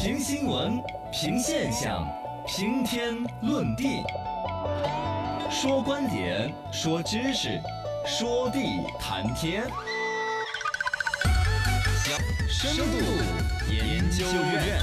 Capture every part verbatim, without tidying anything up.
评新闻，评现象，评天论地，说观点，说知识，说地谈天。深度研究院，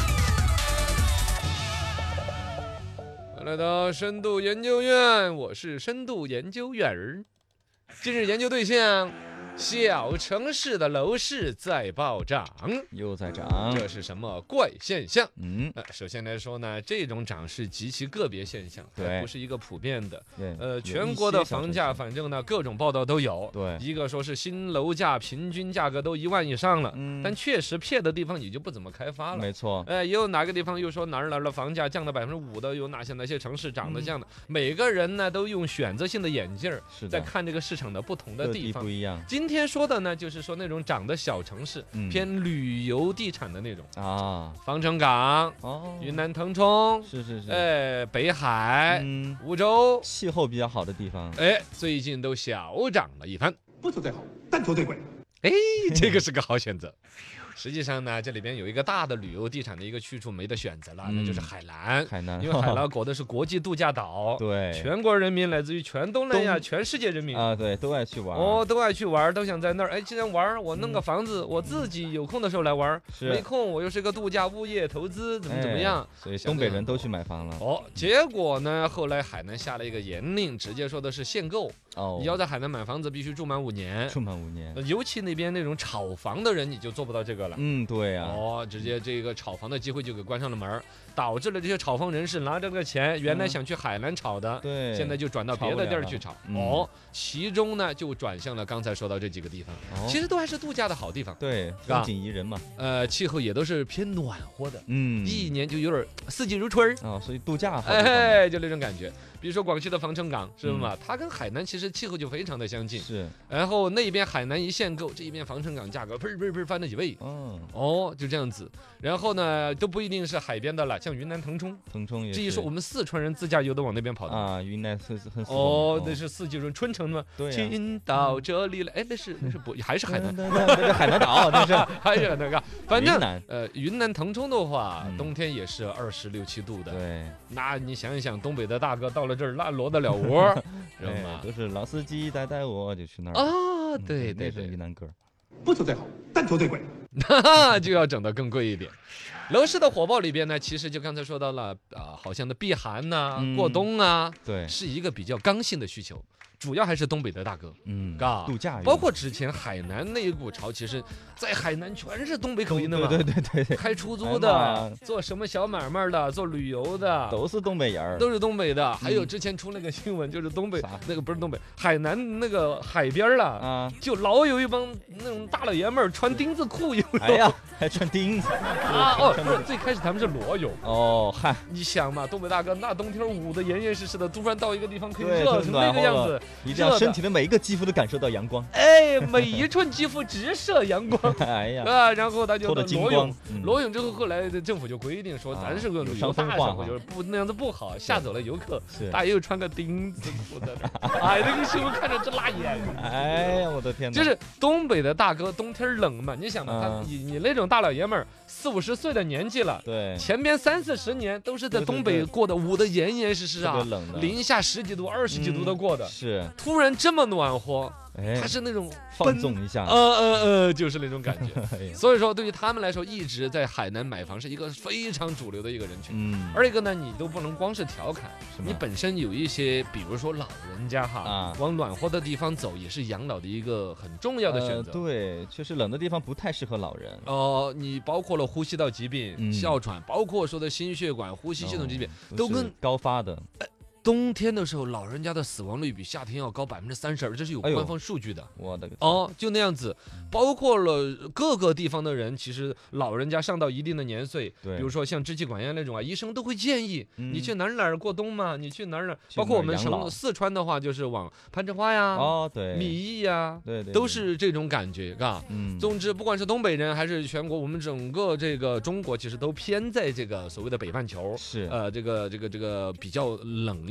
来到深度研究院，我是深度研究院儿。今日研究对象：小城市的楼市在暴涨， 又在涨， 这是什么怪现象？ 嗯， 呃，首先来说呢，这种涨是极其个别现象， 对， 不是一个普遍的。 对， 呃，全国的房价，反正呢各种报道都有。 对， 一个说是新楼价平均价格都一万以上了， 嗯， 但确实撇的地方也就不怎么开发了。 没错。 呃，也有哪个地方又说哪儿哪儿的房价降了百分之五的，有哪些哪些城市涨得降的。嗯、每个人呢都用选择性的眼镜儿在看这个市场的不同的地方， 不一样。 今天说的呢，就是说那种涨的小城市，嗯、偏旅游地产的那种啊， 防城港、 哦， 云南腾冲， 是是是， 哎，北海、 嗯、 梧州， 气候比较好的地方， 哎，最近都小涨了一番。 不求最好，但求最贵。 哎，这个是个好选择。实际上呢，这里边有一个大的旅游地产的一个去处没得选择了，嗯、那就是海南。 海南， 因为海南国的是国际度假岛， 对， 全国人民来自于全东南亚、全世界人民啊，对，都爱去玩。 哦，都爱去玩，都想在那儿。哎，既然玩，我弄个房子，嗯、我自己有空的时候来玩，没空我又是个度假物业投资，怎么怎么样？ 哎、所以东北人都去买房了。 哦，结果呢，后来海南下了一个严令，直接说的是限购。 哦， 你要在海南买房子，必须住满五年。 住满五年， 尤其那边那种炒房的人，你就做不到这个了。 嗯，对呀、啊。 哦，直接这个炒房的机会就给关上了门，导致了这些炒房人士拿着这个钱，原来想去海南炒的， 对、嗯， 现在就转到别的地儿去炒。 嗯、 哦，其中呢就转向了刚才说到这几个地方，哦、其实都还是度假的好地方， 对，风景宜人嘛。 呃，气候也都是偏暖和的， 嗯， 一年就有点四季如春儿啊、哦，所以度假好。 哎，就那种感觉。比如说广西的防城港，是吗？嗯、它跟海南其实气候就非常的相近。 是。 然后那边海南一限购，这一边防城港价格砰砰砰翻了几倍。 哦。 哦，就这样子。然后呢，都不一定是海边的了，像云南腾冲。 腾冲也是。 这一说，我们四川人自驾游都往那边跑的啊。云南很很。 哦，那是四季春春城吗？ 对、啊。 请到这里来，哎，那是那是不还是海南？ 那是海南岛，那是还是那个。反正云南呃，云南腾冲的话，嗯、冬天也是二十六七度的。 对。 那你想一想，东北的大哥到了这儿，那落得了窝，知道吗？ 都是老司机带带我，就去那儿啊。对对对， 云南歌。 不求最好，但求最贵。 那就要整得更贵一点。楼市的火爆里边呢，其实就刚才说到了啊、呃，好像的避寒呐、啊、嗯、过冬啊， 对， 是一个比较刚性的需求。主要还是东北的大哥， 嗯， 嘎， 度假， 包括之前海南那一股潮，其实，在海南全是东北口音的嘛， 对对对对， 开出租的，做什么小买卖的，做旅游的， 都是东北人， 都是东北的。还有之前出那个新闻，就是东北那个不是东北，海南那个海边了啊，就老有一帮那种大老爷们儿穿钉子裤游， 哎呀，还穿钉子啊！哦，不是，最开始他们是裸泳。 哦，嗨， 你想嘛，东北大哥那冬天捂得严严实实的，突然到一个地方可以热成那个样子。 一定要身体的每一个肌肤都感受到阳光， 哎，每一寸肌肤直射阳光， 哎呀， 啊，然后他就裸泳， 嗯、 裸泳之后，后来政府就规定说，咱是个旅游大省，就是不那样子不好，吓走了游客，大家又穿个钉子裤在那，哎，那个新闻看着真辣眼， 哎呀，我的天哪！ 就是东北的大哥，冬天冷嘛，你想嘛，他你你那种大老爷们儿，四五十岁的年纪了， 对， 前边三四十年都是在东北过的，捂得严严实实啊， 冷的， 零下十几度、二十几度的过的， 是， 突然这么暖和。 哎， 他是那种放纵一下， 呃呃呃，就是那种感觉。所以说，对于他们来说，一直在海南买房是一个非常主流的一个人群。 嗯， 而一个呢，你都不能光是调侃，你本身有一些，比如说老人家哈，啊、往暖和的地方走，也是养老的一个很重要的选择。 呃、对，确实冷的地方不太适合老人。 哦、呃，你包括了呼吸道疾病、 嗯、 哮喘，包括说的心血管、呼吸系统疾病， 哦、 都跟高发的。 呃冬天的时候，老人家的死亡率比夏天要高百分之三十二，这是有官方数据的。 哎、我的个哦，就那样子，包括了各个地方的人，其实老人家上到一定的年岁，比如说像支气管炎那种啊，医生都会建议、嗯、你去哪儿哪儿过冬嘛，你去哪儿哪儿，包括我们省四川的话，就是往攀枝花呀， 哦对， 米易呀， 对 对, 对， 都是这种感觉，嘎。 嗯， 总之，不管是东北人还是全国，我们整个这个中国，其实都偏在这个所谓的北半球， 是呃，这个这个这个比较冷一。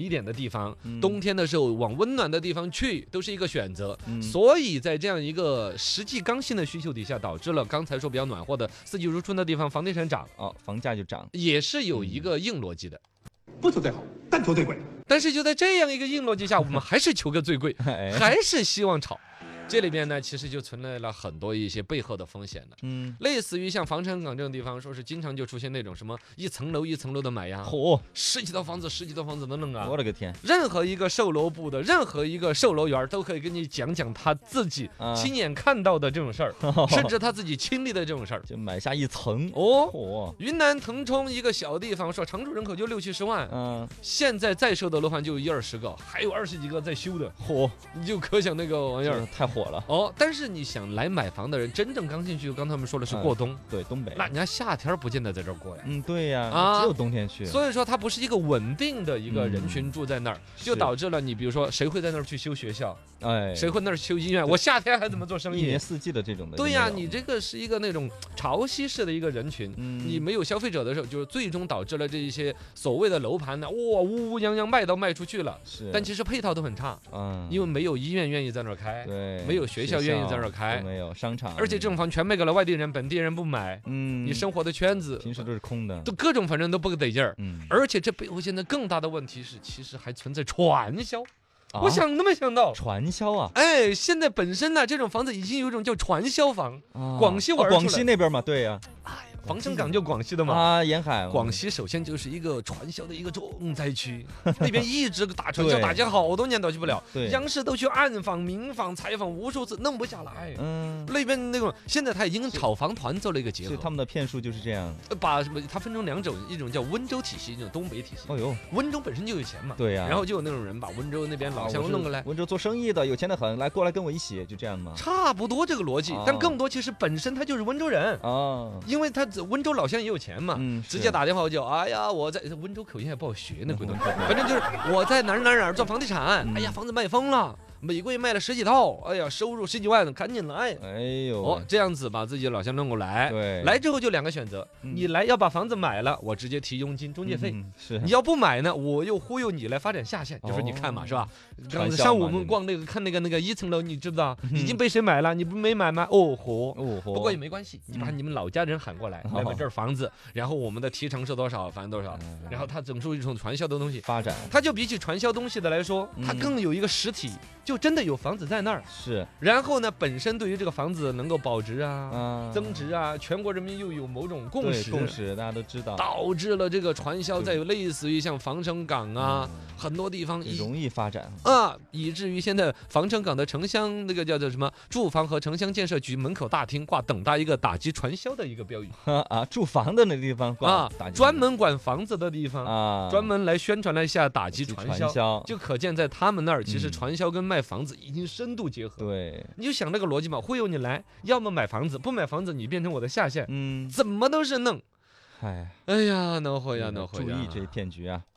一点的地方， 嗯冬天的时候往温暖的地方去，都是一个选择。 嗯所以在这样一个实际刚性的需求底下，导致了刚才说比较暖和的四季如春的地方，房地产涨， 哦，房价就涨。 也是有一个硬逻辑的。 不求最好，但求最贵。 但是就在这样一个硬逻辑下，我们还是求个最贵， 哎还是希望炒。这里边呢，其实就存在了很多一些背后的风险了。 嗯， 类似于像房产港这种地方，说是经常就出现那种什么一层楼一层楼的买呀， 嚯， 十几套房子十几套房子的弄啊。 我的个天！ 任何一个售楼部的任何一个售楼员都可以跟你讲讲他自己啊亲眼看到的这种事儿，甚至他自己亲历的这种事儿。 就买下一层。 哦， 嚯， 云南腾冲一个小地方，说常住人口就六七十万， 嗯， 现在在售的楼盘就有一二十个，还有二十几个在修的， 嚯， 你就可想那个玩意儿这。太火了。 哦，但是你想来买房的人，真正刚进去，刚才我们说的是过冬， 对，东北。 那人家夏天不见得在这儿过呀。 嗯，对呀， 啊只有冬天去。 所以说，它不是一个稳定的一个人群住在那儿，就是导致了你比如说，谁会在那儿去修学校？ 哎， 谁会那儿修医院？我夏天还怎么做生意一年？四季的这种的。 对呀， 就没有你这个是一个那种潮汐式的一个人群， 嗯你没有消费者的时候，就是最终导致了这一些所谓的楼盘呢，哇，乌乌泱泱卖都卖出去了， 是， 但其实配套都很差， 嗯， 因为没有医院愿意在那儿开， 对， 没有学校愿意在那儿开都没有商场， 而且这种房全卖给了外地人，本地人不买， 嗯， 你生活的圈子平时都是空的。 都各种反正都不得劲儿。 嗯， 而且这背后现在更大的问题是，其实还存在传销。 啊我想都没想到， 传销啊， 哎，现在本身呢，这种房子已经有一种叫传销房， 啊广西玩出来哦广西那边嘛，对呀， 防城港就广西的嘛。 啊，沿海， 广西首先就是一个传销的一个重灾区，那边一直打传销， 对打击好多年都去不了， 对央视都去暗访、明访、采访无数次，弄不下来。 嗯， 那边那种现在他已经跟炒房团做了一个结合， 所以他们的骗术就是这样。 把什么它分成两种，一种叫温州体系，一种东北体系。 哦呦， 温州本身就有钱嘛， 对呀， 然后就有那种人把温州那边老啊我是乡弄过来， 温州做生意的，有钱的很，来过来跟我一起，就这样嘛。 差不多这个逻辑， 哦但更多其实本身他就是温州人， 啊， 因为他温州老乡也有钱嘛， 嗯， 直接打电话我就，哎呀，我在温州口音还不好学呢，鬼东，反正就是我在哪儿哪儿哪儿做房地产， 嗯哎呀，房子卖疯了。每个月卖了十几套，哎呀，收入十几万，赶紧来。 哎呦， 哦，这样子把自己的老乡弄过来， 对， 来之后就两个选择， 嗯你来要把房子买了，我直接提佣金、中介费。 嗯是你要不买呢，我又忽悠你来发展下线，就是你看嘛， 哦是吧？ 传销上午我们嘛这个逛那个看那个那个一层楼，你知不知道嗯已经被谁买了？你不没买吗？哦嚯！ 哦， 不过也没关系，你把你们老家人喊过来， 嗯来买这儿房子，然后我们的提成是多少，反正多少， 嗯然后它整出一种传销的东西。 发展它就比起传销东西的来说，它嗯更有一个实体，就真的有房子在那儿。 是然后呢，本身对于这个房子能够保值啊、 啊， 增值啊，全国人民又有某种共对识， 共识，大家都知道， 导致了这个传销在类似于像防城港啊， 嗯很多地方一容易发展。 啊，以至于现在防城港的城乡那个叫做什么住房和城乡建设局门口大厅挂等大一个打击传销的一个标语啊，住房的那地方挂啊打，击专门管房子的地方， 啊， 专门来宣传了一下打击传销， 传销， 就可见在他们那儿，其实嗯传销跟卖房子已经深度结合。 对， 你就想那个逻辑嘛，忽悠你来，要么买房子，不买房子你变成我的下线， 嗯， 怎么都是弄。 哎， 哎呀，恼火呀，恼火呀！ 注意这些骗局啊。